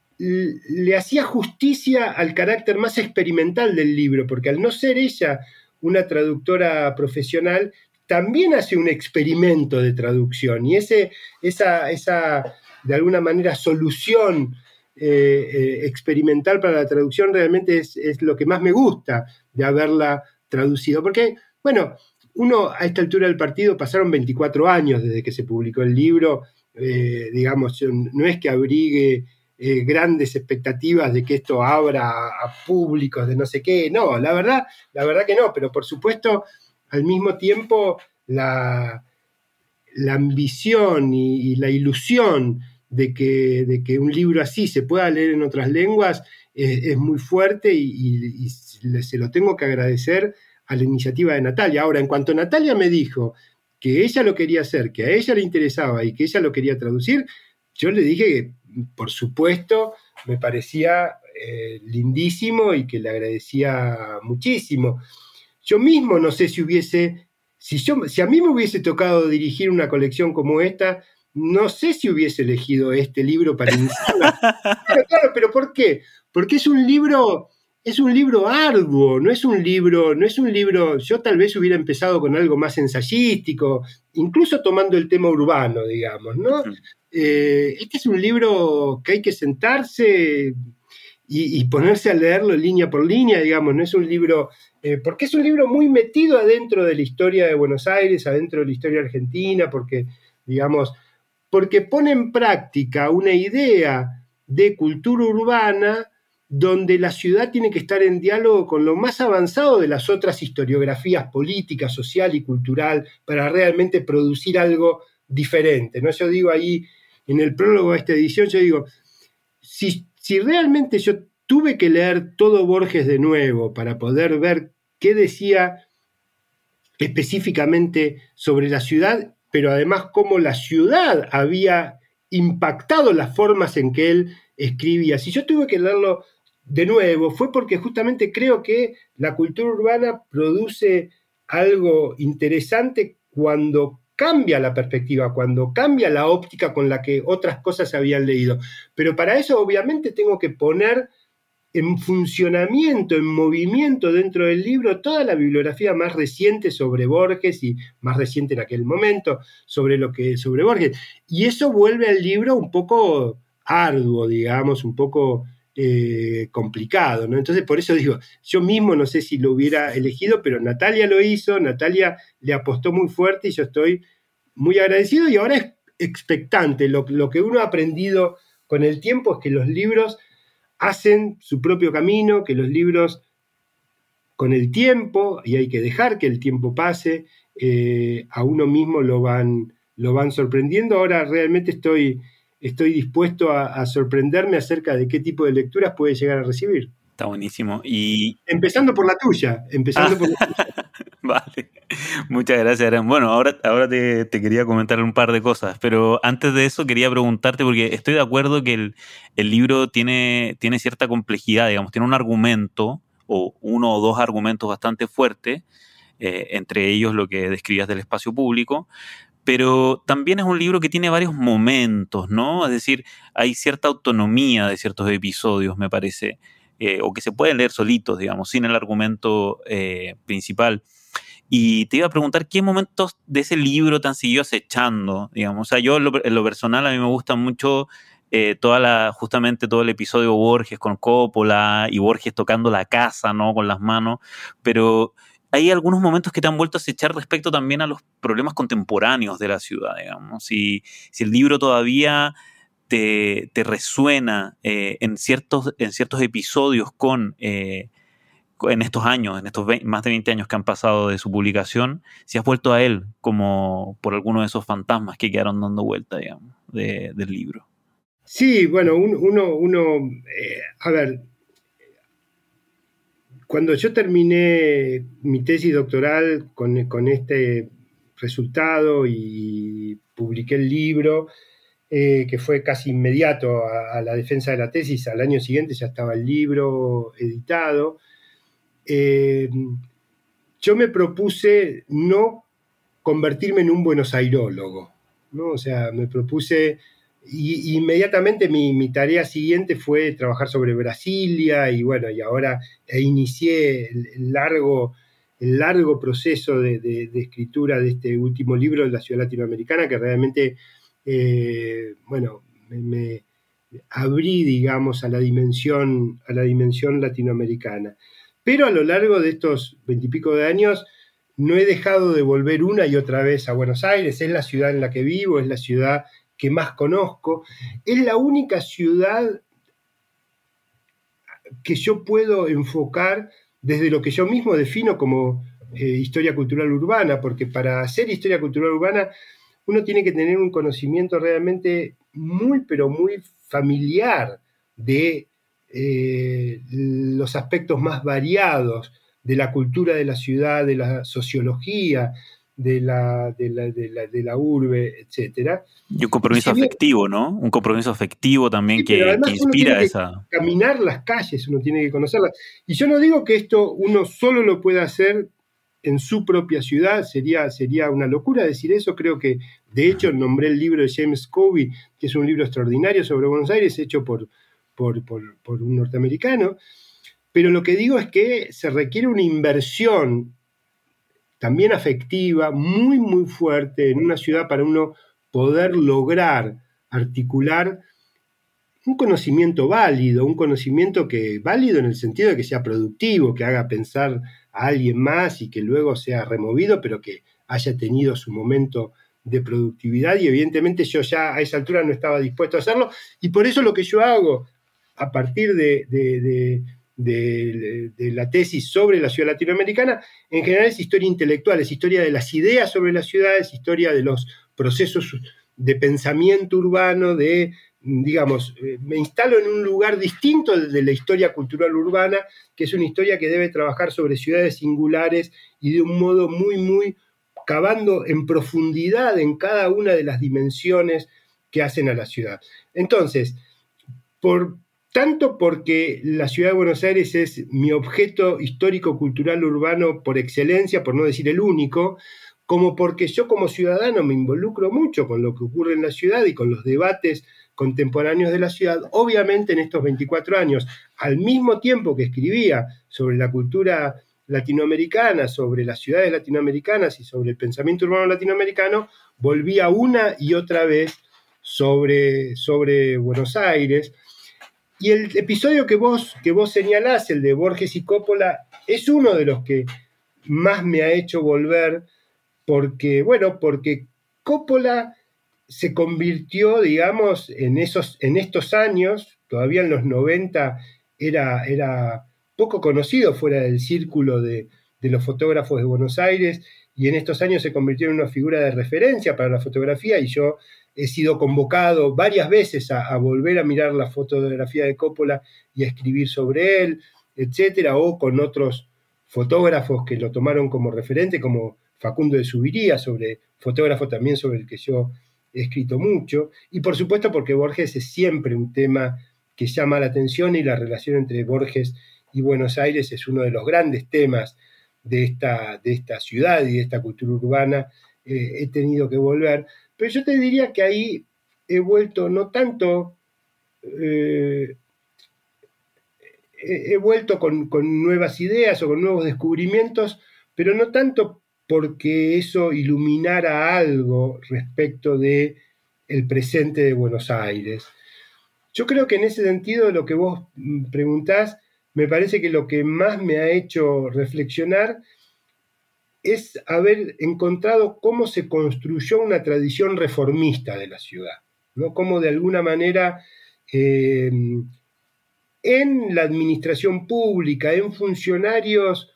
le hacía justicia al carácter más experimental del libro, porque al no ser ella una traductora profesional, también hace un experimento de traducción, y ese, esa, esa, de alguna manera, solución eh, eh, experimental para la traducción realmente es, es lo que más me gusta de haberla traducido, porque, bueno, uno a esta altura del partido pasaron veinticuatro años desde que se publicó el libro, eh, digamos, no es que abrigue Eh, grandes expectativas de que esto abra a, a públicos de no sé qué, no, la verdad, la verdad que no, pero por supuesto, al mismo tiempo, la, la ambición y, y la ilusión de que, de que un libro así se pueda leer en otras lenguas es, es muy fuerte, y, y, y se lo tengo que agradecer a la iniciativa de Natalia. Ahora, en cuanto Natalia me dijo que ella lo quería hacer, que a ella le interesaba y que ella lo quería traducir, yo le dije que, por supuesto, me parecía eh, lindísimo y que le agradecía muchísimo. Yo mismo no sé si hubiese, si, yo, si a mí me hubiese tocado dirigir una colección como esta, no sé si hubiese elegido este libro para iniciar. Pero claro, ¿pero por qué? Porque es un libro, es un libro arduo, no es un libro, no es un libro, yo tal vez hubiera empezado con algo más ensayístico, incluso tomando el tema urbano, digamos, ¿no? Uh-huh. Eh, este es un libro que hay que sentarse y, y ponerse a leerlo línea por línea, digamos, no es un libro, eh, porque es un libro muy metido adentro de la historia de Buenos Aires, adentro de la historia argentina, porque, digamos, porque pone en práctica una idea de cultura urbana donde la ciudad tiene que estar en diálogo con lo más avanzado de las otras historiografías políticas, social y cultural, para realmente producir algo diferente, ¿no? Yo digo ahí, en el prólogo de esta edición, yo digo, si, si realmente yo tuve que leer todo Borges de nuevo para poder ver qué decía específicamente sobre la ciudad, pero además cómo la ciudad había impactado las formas en que él escribía, si yo tuve que leerlo de nuevo, fue porque justamente creo que la cultura urbana produce algo interesante cuando cambia la perspectiva, cuando cambia la óptica con la que otras cosas se habían leído. Pero para eso obviamente tengo que poner en funcionamiento, en movimiento dentro del libro toda la bibliografía más reciente sobre Borges y más reciente en aquel momento sobre lo que sobre Borges. Y eso vuelve al libro un poco arduo, digamos, un poco eh, complicado, ¿no? Entonces, por eso digo, yo mismo no sé si lo hubiera elegido, pero Natalia lo hizo, Natalia le apostó muy fuerte y yo estoy muy agradecido y ahora es expectante. Lo, lo que uno ha aprendido con el tiempo es que los libros hacen su propio camino, que los libros con el tiempo, y hay que dejar que el tiempo pase, eh, a uno mismo lo van, lo van sorprendiendo. Ahora realmente estoy, estoy dispuesto a, a sorprenderme acerca de qué tipo de lecturas puede llegar a recibir. Está buenísimo. Y... Empezando por la tuya, empezando ah. por la tuya. Vale, muchas gracias, Aram. Bueno, ahora, ahora te, te quería comentar un par de cosas, pero antes de eso quería preguntarte, porque estoy de acuerdo que el, el libro tiene, tiene cierta complejidad, digamos, tiene un argumento, o uno o dos argumentos bastante fuertes, eh, entre ellos lo que describías del espacio público, pero también es un libro que tiene varios momentos, ¿no? Es decir, hay cierta autonomía de ciertos episodios, me parece, eh, o que se pueden leer solitos, digamos, sin el argumento eh, principal. Y te iba a preguntar qué momentos de ese libro te han seguido acechando, digamos. O sea, yo en lo, en lo personal a mí me gusta mucho eh, toda la, justamente todo el episodio Borges con Coppola y Borges tocando la casa, ¿no? Con las manos. Pero hay algunos momentos que te han vuelto a acechar respecto también a los problemas contemporáneos de la ciudad, digamos. Si, si el libro todavía te, te resuena eh, en, ciertos, en ciertos episodios con... Eh, en estos años, en estos veinte, más de veinte años que han pasado de su publicación, si has vuelto a él como por alguno de esos fantasmas que quedaron dando vuelta, digamos, de, del libro. Sí, bueno, un, uno, uno eh, a ver, cuando yo terminé mi tesis doctoral con, con este resultado y publiqué el libro, eh, que fue casi inmediato a, a la defensa de la tesis, al año siguiente ya estaba el libro editado. Eh, yo me propuse no convertirme en un buenosairólogo, ¿no? O sea, me propuse, y, y inmediatamente mi, mi tarea siguiente fue trabajar sobre Brasilia, y bueno, y ahora e inicié el, el, largo, el largo proceso de, de, de escritura de este último libro de la ciudad latinoamericana, que realmente, eh, bueno, me, me abrí, digamos, a la dimensión, a la dimensión latinoamericana. Pero a lo largo de estos veintipico de años no he dejado de volver una y otra vez a Buenos Aires. Es la ciudad en la que vivo, es la ciudad que más conozco. Es la única ciudad que yo puedo enfocar desde lo que yo mismo defino como eh, historia cultural urbana, porque para hacer historia cultural urbana uno tiene que tener un conocimiento realmente muy, pero muy familiar de Eh, los aspectos más variados de la cultura de la ciudad, de la sociología, de la, de la, de la, de la urbe, etcétera. Y un compromiso y si afectivo, bien, ¿no? Un compromiso afectivo también sí, que, que inspira uno tiene esa... Que caminar las calles, uno tiene que conocerlas. Y yo no digo que esto uno solo lo pueda hacer en su propia ciudad, sería, sería una locura decir eso. Creo que, de hecho, nombré el libro de James Covey, que es un libro extraordinario sobre Buenos Aires, hecho por... Por, por, por un norteamericano, pero lo que digo es que se requiere una inversión también afectiva muy muy fuerte en una ciudad para uno poder lograr articular un conocimiento válido, un conocimiento que válido en el sentido de que sea productivo, que haga pensar a alguien más y que luego sea removido, pero que haya tenido su momento de productividad, y evidentemente yo ya a esa altura no estaba dispuesto a hacerlo, y por eso lo que yo hago a partir de, de, de, de, de la tesis sobre la ciudad latinoamericana, en general es historia intelectual, es historia de las ideas sobre las ciudades, historia de los procesos de pensamiento urbano, de, digamos, me instalo en un lugar distinto de la historia cultural urbana, que es una historia que debe trabajar sobre ciudades singulares y de un modo muy, muy cavando en profundidad en cada una de las dimensiones que hacen a la ciudad. Entonces, por tanto porque la ciudad de Buenos Aires es mi objeto histórico-cultural urbano por excelencia, por no decir el único, como porque yo como ciudadano me involucro mucho con lo que ocurre en la ciudad y con los debates contemporáneos de la ciudad. Obviamente en estos veinticuatro años, al mismo tiempo que escribía sobre la cultura latinoamericana, sobre las ciudades latinoamericanas y sobre el pensamiento urbano latinoamericano, volvía una y otra vez sobre, sobre Buenos Aires. Y el episodio que vos, que vos señalás, el de Borges y Coppola, es uno de los que más me ha hecho volver, porque, bueno, porque Coppola se convirtió, digamos, en, esos, en estos años, todavía en los noventa era, era poco conocido fuera del círculo de, de los fotógrafos de Buenos Aires, y en estos años se convirtió en una figura de referencia para la fotografía, y yo he sido convocado varias veces a, a volver a mirar la fotografía de Coppola y a escribir sobre él, etcétera, o con otros fotógrafos que lo tomaron como referente, como Facundo de Subiría, sobre, fotógrafo también sobre el que yo he escrito mucho, y por supuesto porque Borges es siempre un tema que llama la atención, y la relación entre Borges y Buenos Aires es uno de los grandes temas de esta, de esta ciudad y de esta cultura urbana. Eh, he tenido que volver, pero yo te diría que ahí he vuelto no tanto, eh, he, he vuelto con, con nuevas ideas o con nuevos descubrimientos, pero no tanto porque eso iluminara algo respecto de el presente de Buenos Aires. Yo creo que en ese sentido lo que vos preguntás, me parece que lo que más me ha hecho reflexionar es haber encontrado cómo se construyó una tradición reformista de la ciudad, ¿no? Cómo de alguna manera eh, en la administración pública, en funcionarios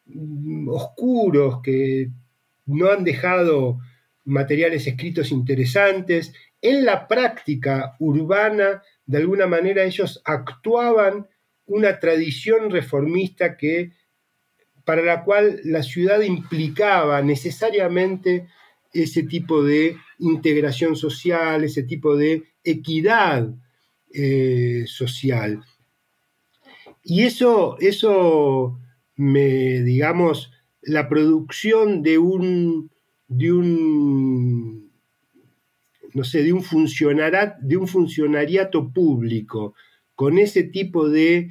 oscuros que no han dejado materiales escritos interesantes, en la práctica urbana, de alguna manera ellos actuaban una tradición reformista que, para la cual la ciudad implicaba necesariamente ese tipo de integración social, ese tipo de equidad eh, social. Y eso, eso me, digamos, la producción de un, de un, no sé, de un funcionariato, de un funcionariato público con ese tipo de,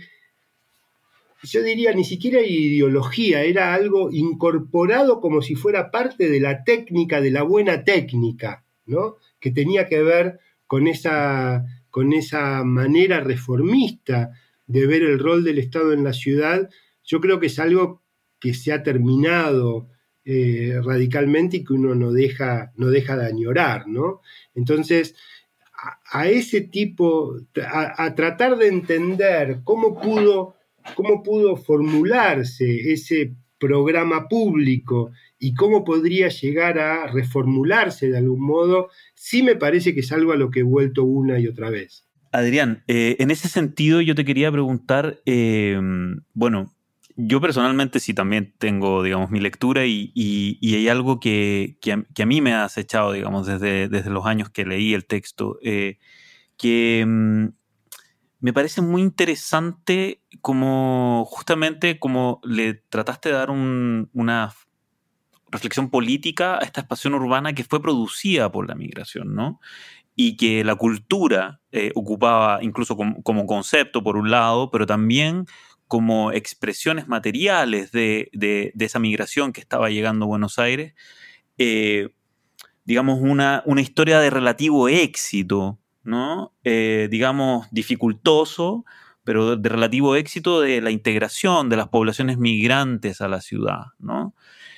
yo diría, ni siquiera ideología, era algo incorporado como si fuera parte de la técnica, de la buena técnica, ¿no? Que tenía que ver con esa, con esa manera reformista de ver el rol del Estado en la ciudad. Yo creo que es algo que se ha terminado eh, radicalmente y que uno no deja, no deja de añorar, ¿no? Entonces, a, a ese tipo, a, a tratar de entender cómo pudo, cómo pudo formularse ese programa público y cómo podría llegar a reformularse de algún modo, sí me parece que es algo a lo que he vuelto una y otra vez. Adrián, eh, en ese sentido yo te quería preguntar, eh, bueno, yo personalmente sí también tengo, digamos, mi lectura y, y, y hay algo que, que, a, que a mí me ha acechado, digamos, desde, desde los años que leí el texto, eh, que um, me parece muy interesante como justamente como le trataste de dar un, una reflexión política a esta expansión urbana que fue producida por la migración, ¿no? Y que la cultura eh, ocupaba incluso como, como concepto por un lado, pero también como expresiones materiales de, de, de esa migración que estaba llegando a Buenos Aires, eh, digamos una, una historia de relativo éxito, ¿no? Eh, digamos dificultoso, pero de, de relativo éxito de la integración de las poblaciones migrantes a la ciudad, ¿no?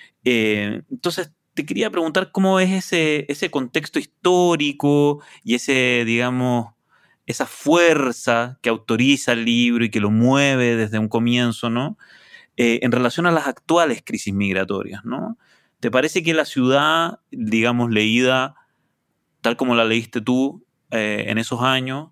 Eh, entonces, te quería preguntar cómo es ese, ese contexto histórico y ese, digamos, esa fuerza que autoriza el libro y que lo mueve desde un comienzo, ¿no? Eh, en relación a las actuales crisis migratorias, ¿no? ¿Te parece que la ciudad, digamos, leída tal como la leíste tú eh, en esos años,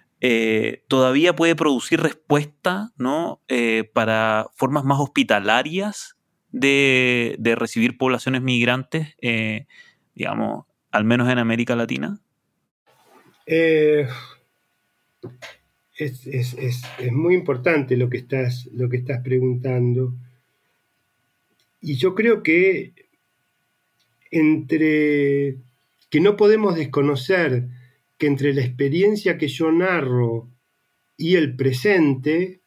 eh, todavía puede producir respuesta, ¿no? Eh, para formas más hospitalarias De, de recibir poblaciones migrantes, eh, digamos, al menos en América Latina? Eh, es, es, es, es muy importante lo que estás, lo que estás preguntando. Y yo creo que entre que no podemos desconocer que entre la experiencia que yo narro y el presente,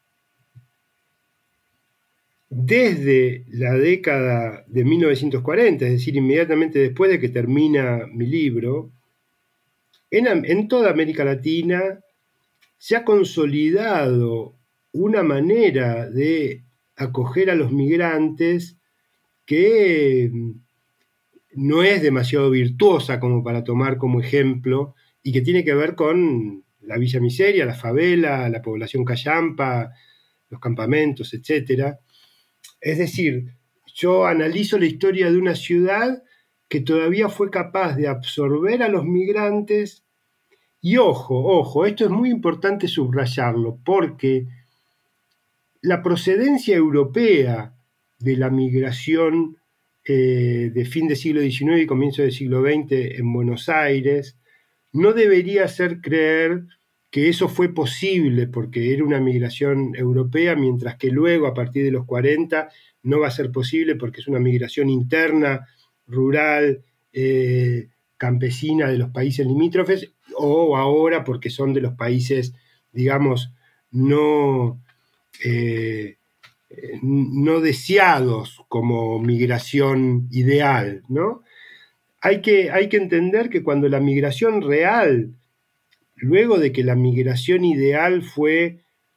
desde la década de mil novecientos cuarenta, es decir, inmediatamente después de que termina mi libro, en, en toda América Latina se ha consolidado una manera de acoger a los migrantes que no es demasiado virtuosa como para tomar como ejemplo y que tiene que ver con la Villa Miseria, la favela, la población callampa, los campamentos, etcétera. Es decir, yo analizo la historia de una ciudad que todavía fue capaz de absorber a los migrantes y ojo, ojo, esto es muy importante subrayarlo porque la procedencia europea de la migración eh, de fin del siglo diecinueve y comienzo del siglo veinte en Buenos Aires no debería hacer creer que eso fue posible porque era una migración europea, mientras que luego, a partir de los cuarenta, no va a ser posible porque es una migración interna, rural, eh, campesina de los países limítrofes, o ahora porque son de los países, digamos, no, eh, no deseados como migración ideal, ¿no? Hay que, hay que entender que cuando la migración real, luego de que la migración ideal fue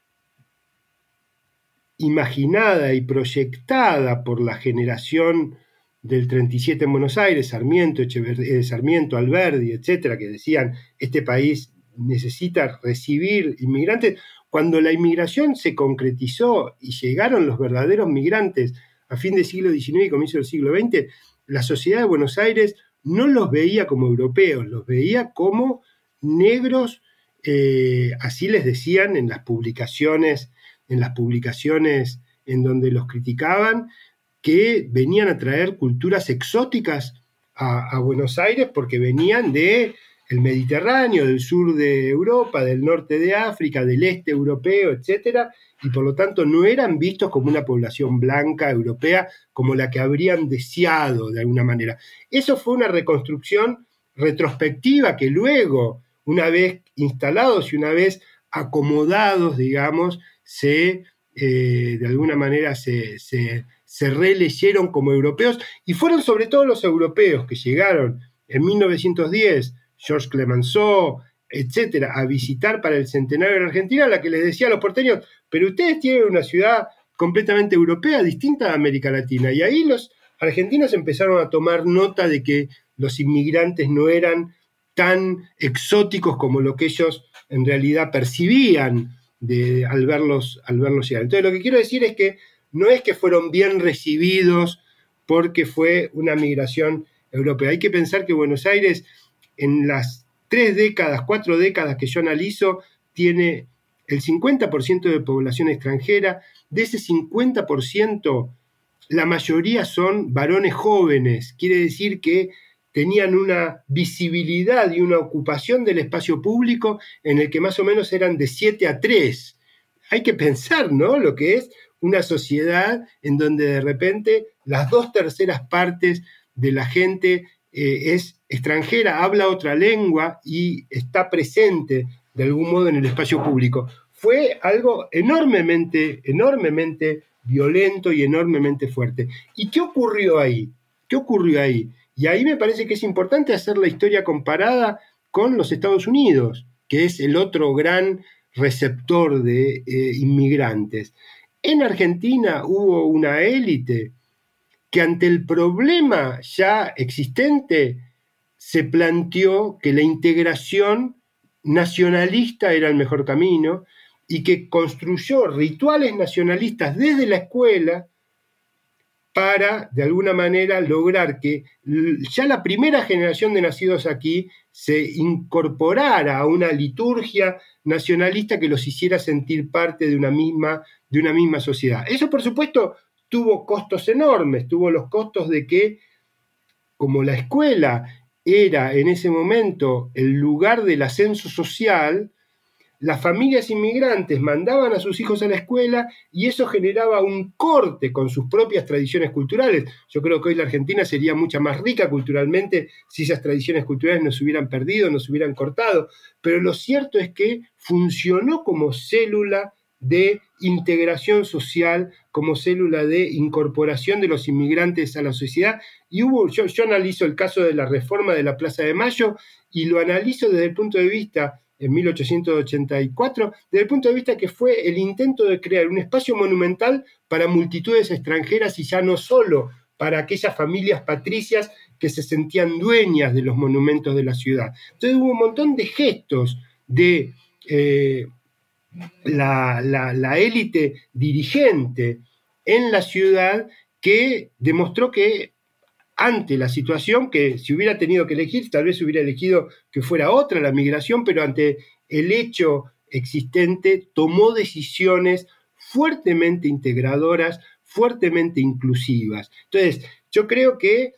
imaginada y proyectada por la generación del treinta y siete en Buenos Aires, Sarmiento, Echeverría, Sarmiento, Alberdi, etcétera, que decían este país necesita recibir inmigrantes, cuando la inmigración se concretizó y llegaron los verdaderos migrantes a fin del siglo diecinueve y comienzo del siglo veinte, la sociedad de Buenos Aires no los veía como europeos, los veía como negros, eh, así les decían en las publicaciones, en las publicaciones en donde los criticaban, que venían a traer culturas exóticas a, a Buenos Aires porque venían del Mediterráneo, del sur de Europa, del norte de África, del este europeo, etcétera, y por lo tanto no eran vistos como una población blanca europea como la que habrían deseado de alguna manera. Eso fue una reconstrucción retrospectiva que luego, una vez instalados y una vez acomodados, digamos, se, eh, de alguna manera se, se, se releyeron como europeos, y fueron sobre todo los europeos que llegaron en mil novecientos diez, Georges Clemenceau, etcétera, a visitar para el centenario de la Argentina, la que les decía a los porteños, pero ustedes tienen una ciudad completamente europea, distinta de América Latina, y ahí los argentinos empezaron a tomar nota de que los inmigrantes no eran tan exóticos como lo que ellos en realidad percibían de, al, verlos, al verlos llegar. Entonces lo que quiero decir es que no es que fueron bien recibidos porque fue una migración europea. Hay que pensar que Buenos Aires en las tres décadas, cuatro décadas que yo analizo, tiene el cincuenta por ciento de población extranjera. De ese cincuenta por ciento, la mayoría son varones jóvenes. Quiere decir que tenían una visibilidad y una ocupación del espacio público en el que más o menos eran de siete a tres. Hay que pensar, ¿no?, lo que es una sociedad en donde de repente las dos terceras partes de la gente eh, es extranjera, habla otra lengua y está presente de algún modo en el espacio público. Fue algo enormemente, enormemente violento y enormemente fuerte. ¿Y qué ocurrió ahí? ¿Qué ocurrió ahí? Y ahí me parece que es importante hacer la historia comparada con los Estados Unidos, que es el otro gran receptor de eh, inmigrantes. En Argentina hubo una élite que ante el problema ya existente se planteó que la integración nacionalista era el mejor camino y que construyó rituales nacionalistas desde la escuela para, de alguna manera, lograr que ya la primera generación de nacidos aquí se incorporara a una liturgia nacionalista que los hiciera sentir parte de una misma, de una misma sociedad. Eso, por supuesto, tuvo costos enormes, tuvo los costos de que, como la escuela era en ese momento el lugar del ascenso social, las familias inmigrantes mandaban a sus hijos a la escuela y eso generaba un corte con sus propias tradiciones culturales. Yo creo que hoy la Argentina sería mucha más rica culturalmente si esas tradiciones culturales no se hubieran perdido, no se hubieran cortado. Pero lo cierto es que funcionó como célula de integración social, como célula de incorporación de los inmigrantes a la sociedad. Y hubo, yo, yo analizo el caso de la reforma de la Plaza de Mayo y lo analizo desde el punto de vista, en mil ochocientos ochenta y cuatro, desde el punto de vista que fue el intento de crear un espacio monumental para multitudes extranjeras y ya no solo para aquellas familias patricias que se sentían dueñas de los monumentos de la ciudad. Entonces hubo un montón de gestos de eh, la, la, la élite dirigente en la ciudad que demostró que ante la situación, que si hubiera tenido que elegir, tal vez hubiera elegido que fuera otra la migración, pero ante el hecho existente tomó decisiones fuertemente integradoras, fuertemente inclusivas. Entonces, yo creo que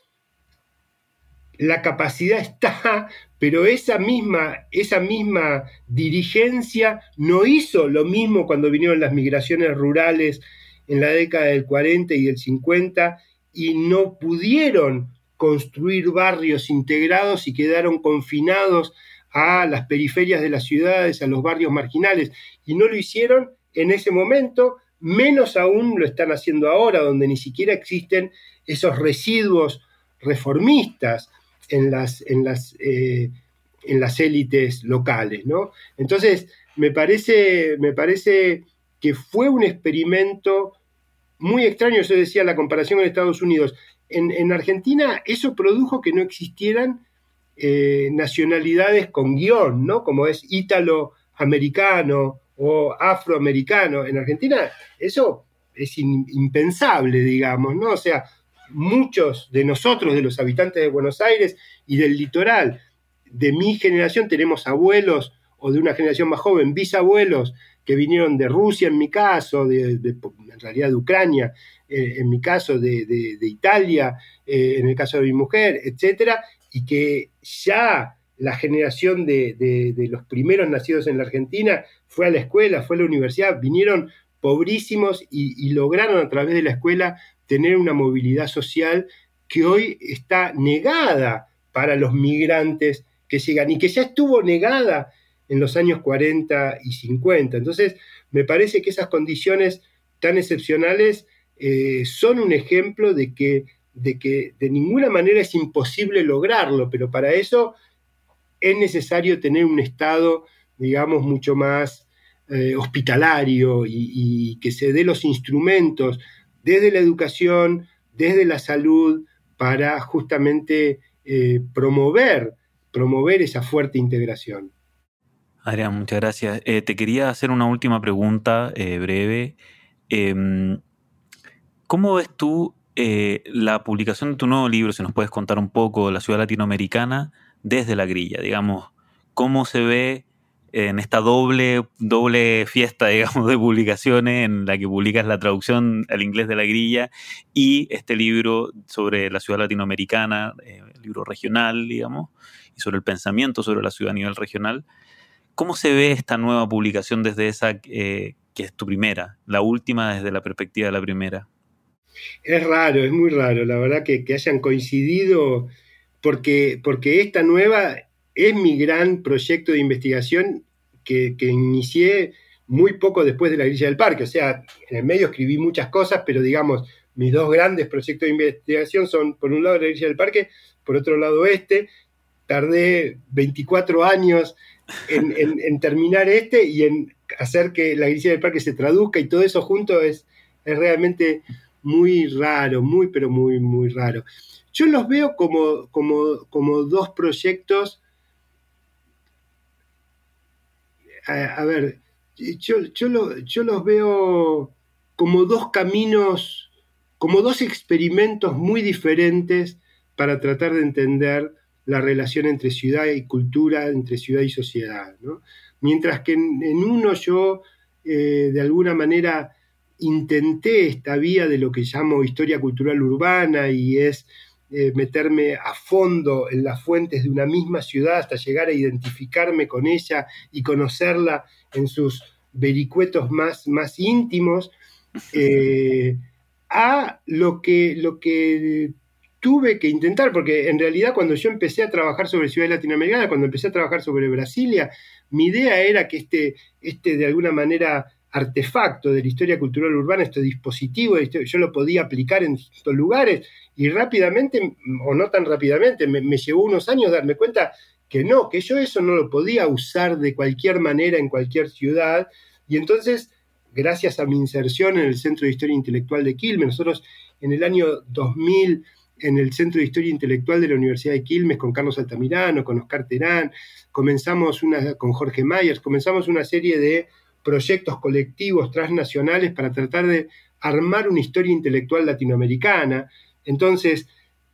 la capacidad está, pero esa misma, esa misma dirigencia no hizo lo mismo cuando vinieron las migraciones rurales en la década del cuarenta y del cincuenta, y no pudieron construir barrios integrados y quedaron confinados a las periferias de las ciudades, a los barrios marginales, y no lo hicieron en ese momento, menos aún lo están haciendo ahora, donde ni siquiera existen esos residuos reformistas en las, en las, eh, en las élites locales, ¿no? Entonces, me parece, me parece que fue un experimento muy extraño. Yo decía la comparación con Estados Unidos. En, en Argentina eso produjo que no existieran eh, nacionalidades con guión, ¿no? Como es ítalo-americano o afroamericano. En Argentina eso es in, impensable, digamos, ¿no? O sea, muchos de nosotros, de los habitantes de Buenos Aires y del litoral, de mi generación, tenemos abuelos, o de una generación más joven, bisabuelos, que vinieron de Rusia, en mi caso, de, de, en realidad de Ucrania, eh, en mi caso, de, de, de Italia, eh, en el caso de mi mujer, etcétera, y que ya la generación de, de, de los primeros nacidos en la Argentina fue a la escuela, fue a la universidad, vinieron pobrísimos y, y lograron a través de la escuela tener una movilidad social que hoy está negada para los migrantes que llegan y que ya estuvo negada en los años cuarenta y cincuenta. Entonces, me parece que esas condiciones tan excepcionales eh, son un ejemplo de que, de que de ninguna manera es imposible lograrlo, pero para eso es necesario tener un Estado, digamos, mucho más eh, hospitalario y, y que se dé los instrumentos desde la educación, desde la salud, para justamente eh, promover, promover esa fuerte integración. Adrián, muchas gracias. Eh, te quería hacer una última pregunta eh, breve. Eh, ¿Cómo ves tú eh, la publicación de tu nuevo libro? Si nos puedes contar un poco de la ciudad latinoamericana desde la grilla, digamos, ¿cómo se ve en esta doble, doble fiesta, digamos, de publicaciones en la que publicas la traducción al inglés de la grilla y este libro sobre la ciudad latinoamericana, eh, el libro regional, digamos, y sobre el pensamiento sobre la ciudad a nivel regional? ¿Cómo se ve esta nueva publicación desde esa eh, que es tu primera, la última desde la perspectiva de la primera? Es raro, es muy raro, la verdad que, que hayan coincidido, porque, porque esta nueva es mi gran proyecto de investigación que, que inicié muy poco después de la grilla del parque. O sea, en el medio escribí muchas cosas, pero digamos, mis dos grandes proyectos de investigación son, por un lado, la grilla del parque, por otro lado, este. Tardé veinticuatro años en, en, en terminar este y en hacer que la grilla del parque se traduzca, y todo eso junto es, es realmente muy raro, muy, pero muy, muy raro. Yo los veo como, como, como dos proyectos. A, a ver, yo, yo, lo, yo los veo como dos caminos, como dos experimentos muy diferentes para tratar de entender la relación entre ciudad y cultura, entre ciudad y sociedad, ¿no? Mientras que en, en uno yo, eh, de alguna manera, intenté esta vía de lo que llamo historia cultural urbana, y es eh, meterme a fondo en las fuentes de una misma ciudad hasta llegar a identificarme con ella y conocerla en sus vericuetos más, más íntimos, eh, a lo que, lo que tuve que intentar, porque en realidad cuando yo empecé a trabajar sobre ciudades latinoamericanas, cuando empecé a trabajar sobre Brasilia, mi idea era que este, este de alguna manera artefacto de la historia cultural urbana, este dispositivo, yo lo podía aplicar en distintos lugares, y rápidamente, o no tan rápidamente, me, me llevó unos años darme cuenta que no, que yo eso no lo podía usar de cualquier manera en cualquier ciudad, y entonces, gracias a mi inserción en el Centro de Historia Intelectual de Quilmes, nosotros en el año dos mil, en el Centro de Historia Intelectual de la Universidad de Quilmes, con Carlos Altamirano, con Oscar Terán, comenzamos una, con Jorge Myers, comenzamos una serie de proyectos colectivos transnacionales para tratar de armar una historia intelectual latinoamericana. Entonces,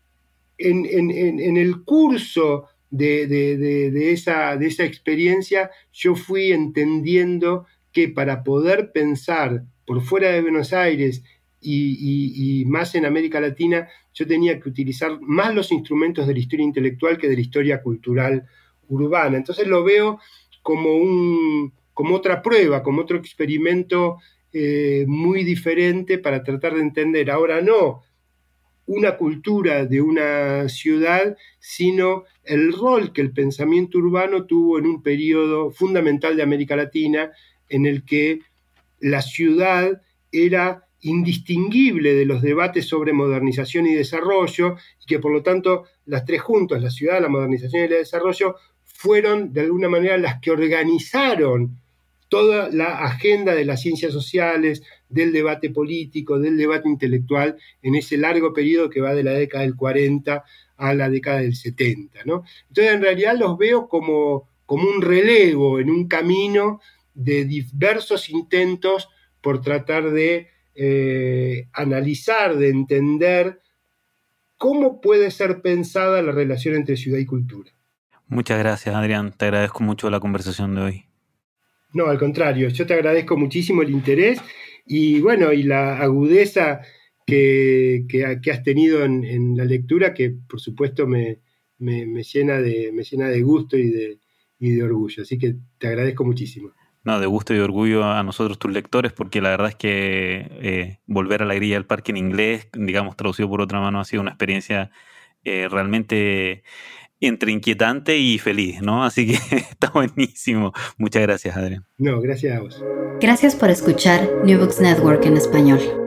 en, en, en el curso de, de, de, de, esa, de esa experiencia, yo fui entendiendo que para poder pensar por fuera de Buenos Aires y, y, y más en América Latina, yo tenía que utilizar más los instrumentos de la historia intelectual que de la historia cultural urbana. Entonces lo veo como, un, como otra prueba, como otro experimento eh, muy diferente para tratar de entender, ahora no una cultura de una ciudad, sino el rol que el pensamiento urbano tuvo en un periodo fundamental de América Latina, en el que la ciudad era indistinguible de los debates sobre modernización y desarrollo, y que por lo tanto las tres juntas, la ciudad, la modernización y el desarrollo, fueron de alguna manera las que organizaron toda la agenda de las ciencias sociales, del debate político, del debate intelectual, en ese largo periodo que va de la década del cuarenta a la década del setenta, ¿no? Entonces, en realidad los veo como, como un relevo en un camino de diversos intentos por tratar de eh, analizar, de entender cómo puede ser pensada la relación entre ciudad y cultura. Muchas gracias, Adrián. Te agradezco mucho la conversación de hoy. No, al contrario, yo te agradezco muchísimo el interés y bueno, y la agudeza que, que, que has tenido en, en la lectura, que por supuesto me, me, me, llena, de, me llena de gusto y de, y de orgullo. Así que te agradezco muchísimo. No, de gusto y de orgullo a nosotros, tus lectores, porque la verdad es que eh, volver a la grilla del parque en inglés, digamos, traducido por otra mano, ha sido una experiencia eh, realmente entre inquietante y feliz, ¿no? Así que está buenísimo. Muchas gracias, Adrián. No, gracias a vos. Gracias por escuchar New Books Network en español.